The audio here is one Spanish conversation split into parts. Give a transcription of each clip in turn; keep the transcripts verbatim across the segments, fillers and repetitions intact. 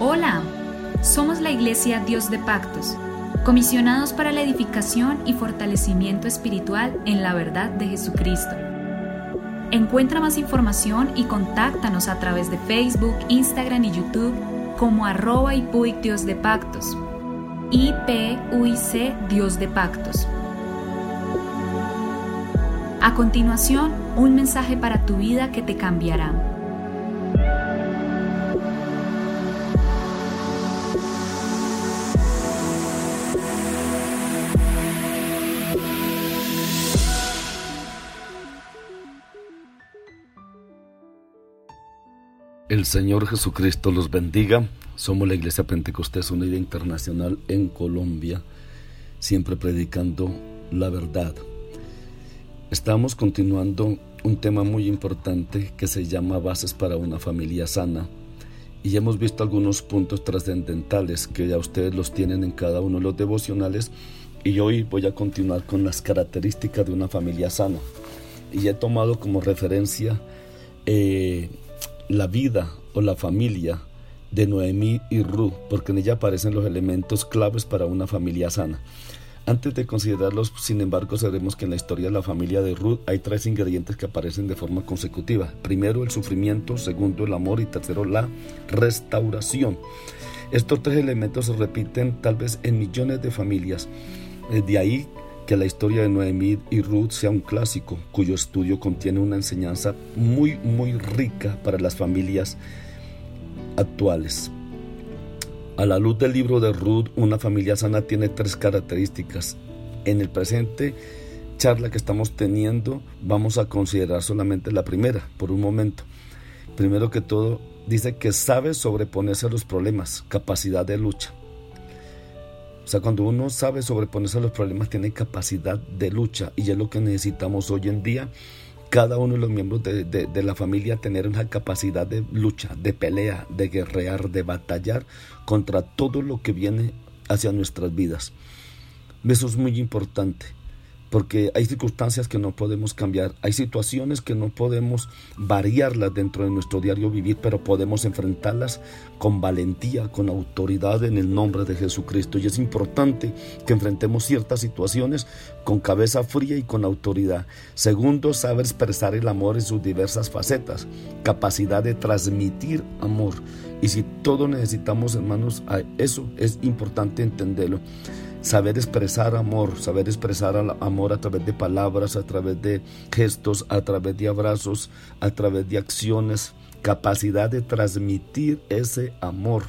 Hola, somos la Iglesia Dios de Pactos, comisionados para la edificación y fortalecimiento espiritual en la verdad de Jesucristo. Encuentra más información y contáctanos a través de Facebook, Instagram y YouTube como arroba ipuic Dios de Pactos, I P U I C Dios de Pactos. A continuación, un mensaje para tu vida que te cambiará. El Señor Jesucristo los bendiga. Somos la Iglesia Pentecostés Unida Internacional en Colombia, siempre predicando la verdad. Estamos continuando un tema muy importante que se llama Bases para una familia sana, y hemos visto algunos puntos trascendentales que ya ustedes los tienen en cada uno de los devocionales, y hoy voy a continuar con las características de una familia sana. Y he tomado como referencia eh, la vida o la familia de Noemí y Ruth, porque en ella aparecen los elementos claves para una familia sana. Antes de considerarlos, sin embargo, sabemos que en la historia de la familia de Ruth hay tres ingredientes que aparecen de forma consecutiva. Primero, el sufrimiento; segundo, el amor; y tercero, la restauración. Estos tres elementos se repiten tal vez en millones de familias. De ahí que la historia de Noemí y Ruth sea un clásico, cuyo estudio contiene una enseñanza muy, muy rica para las familias actuales. A la luz del libro de Ruth, una familia sana tiene tres características. En el presente charla que estamos teniendo, vamos a considerar solamente la primera, por un momento. Primero que todo, dice que sabe sobreponerse a los problemas, capacidad de lucha. O sea, cuando uno sabe sobreponerse a los problemas, tiene capacidad de lucha, y es lo que necesitamos hoy en día. Cada uno de los miembros de, de, de la familia tener una capacidad de lucha, de pelea, de guerrear, de batallar contra todo lo que viene hacia nuestras vidas. Eso es muy importante, porque hay circunstancias que no podemos cambiar, hay situaciones que no podemos variarlas dentro de nuestro diario vivir, pero podemos enfrentarlas con valentía, con autoridad en el nombre de Jesucristo. Y es importante que enfrentemos ciertas situaciones con cabeza fría y con autoridad. Segundo, saber expresar el amor en sus diversas facetas, capacidad de transmitir amor. Y si todos necesitamos, hermanos, eso es importante entenderlo. Saber expresar amor, saber expresar amor a través de palabras, a través de gestos, a través de abrazos, a través de acciones, capacidad de transmitir ese amor.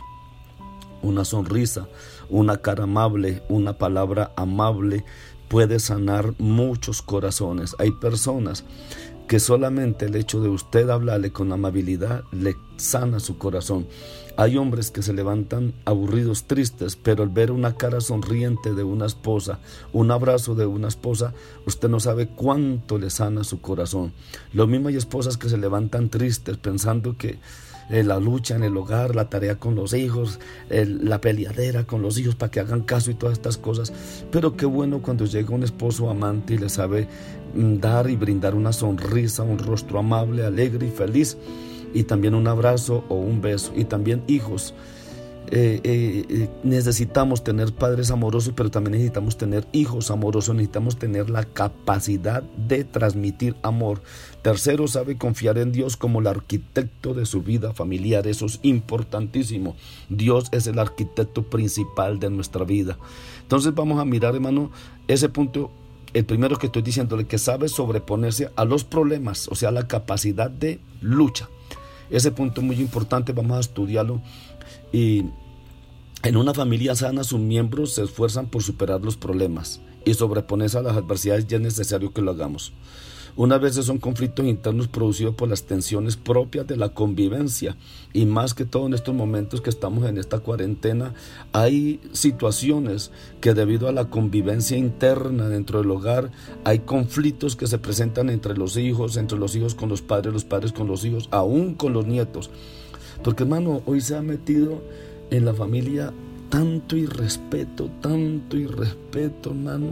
Una sonrisa, una cara amable, una palabra amable puede sanar muchos corazones. Hay personas que solamente el hecho de usted hablarle con amabilidad le sana su corazón. Hay hombres que se levantan aburridos, tristes, pero al ver una cara sonriente de una esposa, un abrazo de una esposa, usted no sabe cuánto le sana su corazón. Lo mismo hay esposas que se levantan tristes pensando que eh, la lucha en el hogar, la tarea con los hijos, el, la peleadera con los hijos para que hagan caso y todas estas cosas. Pero qué bueno cuando llega un esposo amante y le sabe mm, dar y brindar una sonrisa, un rostro amable, alegre y feliz. Y también un abrazo o un beso. Y también hijos. Eh, eh, eh, necesitamos tener padres amorosos, pero también necesitamos tener hijos amorosos. Necesitamos tener la capacidad de transmitir amor. Tercero, sabe confiar en Dios como el arquitecto de su vida familiar. Eso es importantísimo. Dios es el arquitecto principal de nuestra vida. Entonces vamos a mirar, hermano, ese punto. El primero que estoy diciéndole, que sabe sobreponerse a los problemas, o sea, la capacidad de lucha. Ese punto es muy importante, vamos a estudiarlo. Y en una familia sana, sus miembros se esfuerzan por superar los problemas y sobreponerse a las adversidades, ya es necesario que lo hagamos. Unas veces son conflictos internos producidos por las tensiones propias de la convivencia, y más que todo en estos momentos que estamos en esta cuarentena, hay situaciones que debido a la convivencia interna dentro del hogar, hay conflictos que se presentan entre los hijos, entre los hijos con los padres, los padres con los hijos, aún con los nietos. Porque, hermano, hoy se ha metido en la familia tanto irrespeto, tanto irrespeto, hermano,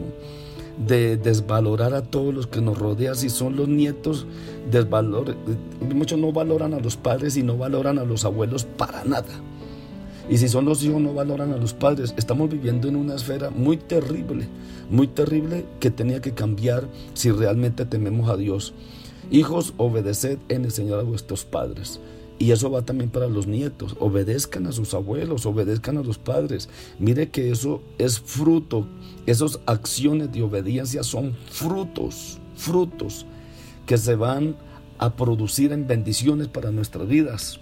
de desvalorar a todos los que nos rodean. Si son los nietos, desvalor, muchos no valoran a los padres y no valoran a los abuelos para nada. Y si son los hijos no valoran a los padres, estamos viviendo en una esfera muy terrible, muy terrible que tenía que cambiar si realmente tememos a Dios. Hijos, obedeced en el Señor a vuestros padres. Y eso va también para los nietos. Obedezcan a sus abuelos, obedezcan a los padres. Mire que eso es fruto, esas acciones de obediencia son frutos, frutos que se van a producir en bendiciones para nuestras vidas.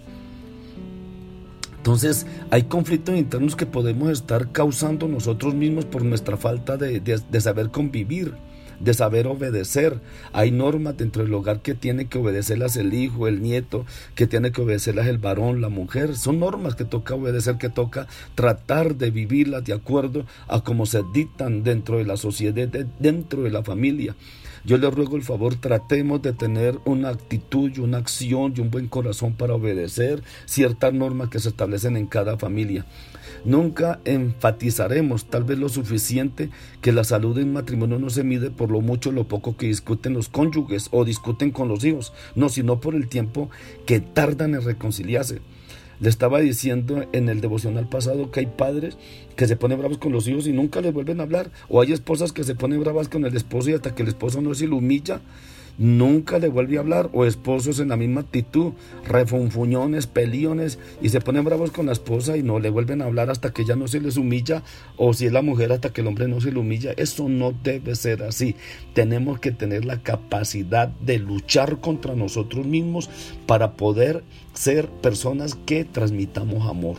Entonces hay conflictos internos que podemos estar causando nosotros mismos por nuestra falta de, de, de saber convivir, de saber obedecer. Hay normas dentro del hogar que tiene que obedecerlas el hijo, el nieto, que tiene que obedecerlas el varón, la mujer. Son normas que toca obedecer, que toca tratar de vivirlas de acuerdo a cómo se dictan dentro de la sociedad, de, dentro de la familia. Yo les ruego el favor, tratemos de tener una actitud y una acción y un buen corazón para obedecer ciertas normas que se establecen en cada familia. Nunca enfatizaremos tal vez lo suficiente que la salud en matrimonio no se mide por lo mucho o lo poco que discuten los cónyuges o discuten con los hijos, no, sino por el tiempo que tardan en reconciliarse. Le estaba diciendo en el devocional pasado que hay padres que se ponen bravos con los hijos y nunca les vuelven a hablar, o hay esposas que se ponen bravas con el esposo y hasta que el esposo no se lo humilla, nunca le vuelve a hablar, o esposos en la misma actitud, refunfuñones, peliones, y se ponen bravos con la esposa y no le vuelven a hablar hasta que ella no se les humilla, o si es la mujer hasta que el hombre no se le humilla. Eso no debe ser así. Tenemos que tener la capacidad de luchar contra nosotros mismos para poder ser personas que transmitamos amor.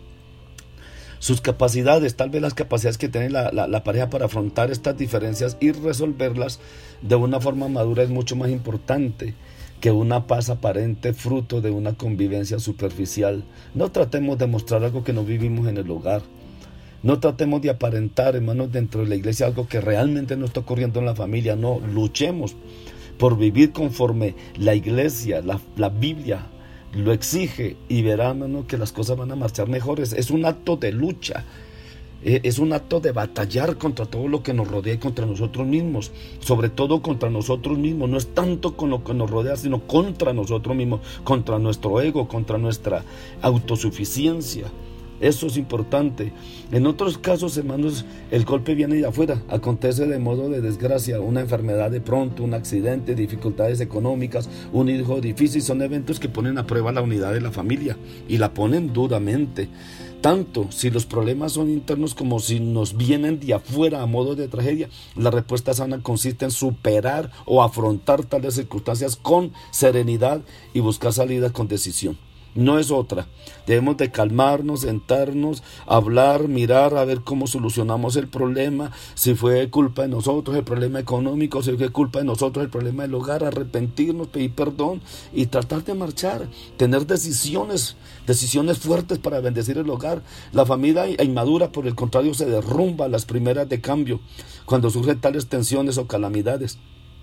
Sus capacidades, tal vez las capacidades que tiene la, la, la pareja para afrontar estas diferencias y resolverlas de una forma madura es mucho más importante que una paz aparente fruto de una convivencia superficial. No tratemos de mostrar algo que no vivimos en el hogar. No tratemos de aparentar, hermanos, dentro de la iglesia algo que realmente no está ocurriendo en la familia. No, luchemos por vivir conforme la iglesia, la, la Biblia lo exige, y verán, hermano, que las cosas van a marchar mejores. Es un acto de lucha, es un acto de batallar contra todo lo que nos rodea y contra nosotros mismos, sobre todo contra nosotros mismos. No es tanto con lo que nos rodea, sino contra nosotros mismos, contra nuestro ego, contra nuestra autosuficiencia. Eso es importante. En otros casos, hermanos, el golpe viene de afuera, acontece de modo de desgracia, una enfermedad de pronto, un accidente, dificultades económicas, un hijo difícil. Son eventos que ponen a prueba la unidad de la familia y la ponen duramente. Tanto si los problemas son internos como si nos vienen de afuera a modo de tragedia, la respuesta sana consiste en superar o afrontar tales circunstancias con serenidad y buscar salidas con decisión. No es otra. Debemos de calmarnos, sentarnos, hablar, mirar a ver cómo solucionamos el problema, si fue culpa de nosotros el problema económico, si fue culpa de nosotros el problema del hogar, arrepentirnos, pedir perdón y tratar de marchar, tener decisiones, decisiones fuertes para bendecir el hogar. La familia inmadura, por el contrario, se derrumba a las primeras de cambio, cuando surgen tales tensiones o calamidades.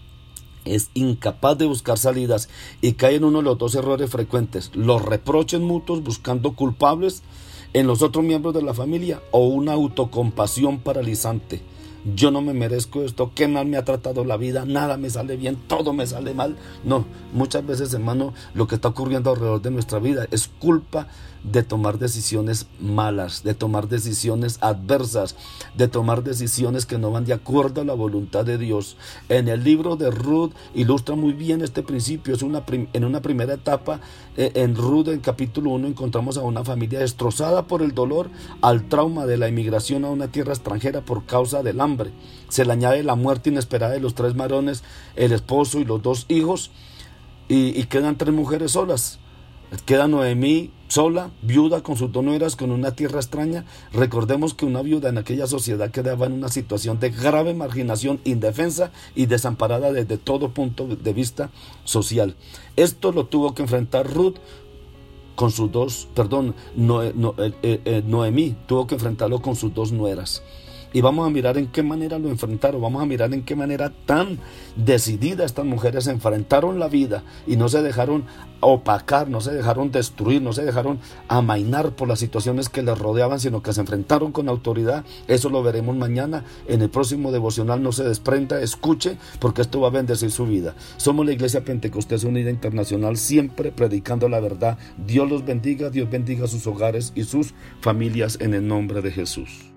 Es incapaz de buscar salidas y cae en uno de los dos errores frecuentes: los reproches mutuos buscando culpables en los otros miembros de la familia, o una autocompasión paralizante. Yo no me merezco esto, qué mal me ha tratado la vida, nada me sale bien, todo me sale mal. No, muchas veces, hermano, lo que está ocurriendo alrededor de nuestra vida es culpa de tomar decisiones malas, de tomar decisiones adversas, de tomar decisiones que no van de acuerdo a la voluntad de Dios. En el libro de Ruth ilustra muy bien este principio. Es una prim- en una primera etapa, eh, en Ruth, en capítulo uno, encontramos a una familia destrozada por el dolor, al trauma de la inmigración a una tierra extranjera por causa del hambre. Se le añade la muerte inesperada de los tres varones, el esposo y los dos hijos, y, y quedan tres mujeres solas. Queda Noemí sola, viuda, con sus dos nueras, con una tierra extraña. Recordemos que una viuda en aquella sociedad quedaba en una situación de grave marginación, indefensa y desamparada desde todo punto de vista social. Esto lo tuvo que enfrentar Ruth con sus dos, perdón, no, no, eh, eh, Noemí tuvo que enfrentarlo con sus dos nueras. Y vamos a mirar en qué manera lo enfrentaron, vamos a mirar en qué manera tan decidida estas mujeres enfrentaron la vida y no se dejaron opacar, no se dejaron destruir, no se dejaron amainar por las situaciones que les rodeaban, sino que se enfrentaron con autoridad. Eso lo veremos mañana en el próximo devocional. No se desprenda, escuche, porque esto va a bendecir su vida. Somos la Iglesia Pentecostés Unida Internacional, siempre predicando la verdad. Dios los bendiga, Dios bendiga sus hogares y sus familias en el nombre de Jesús.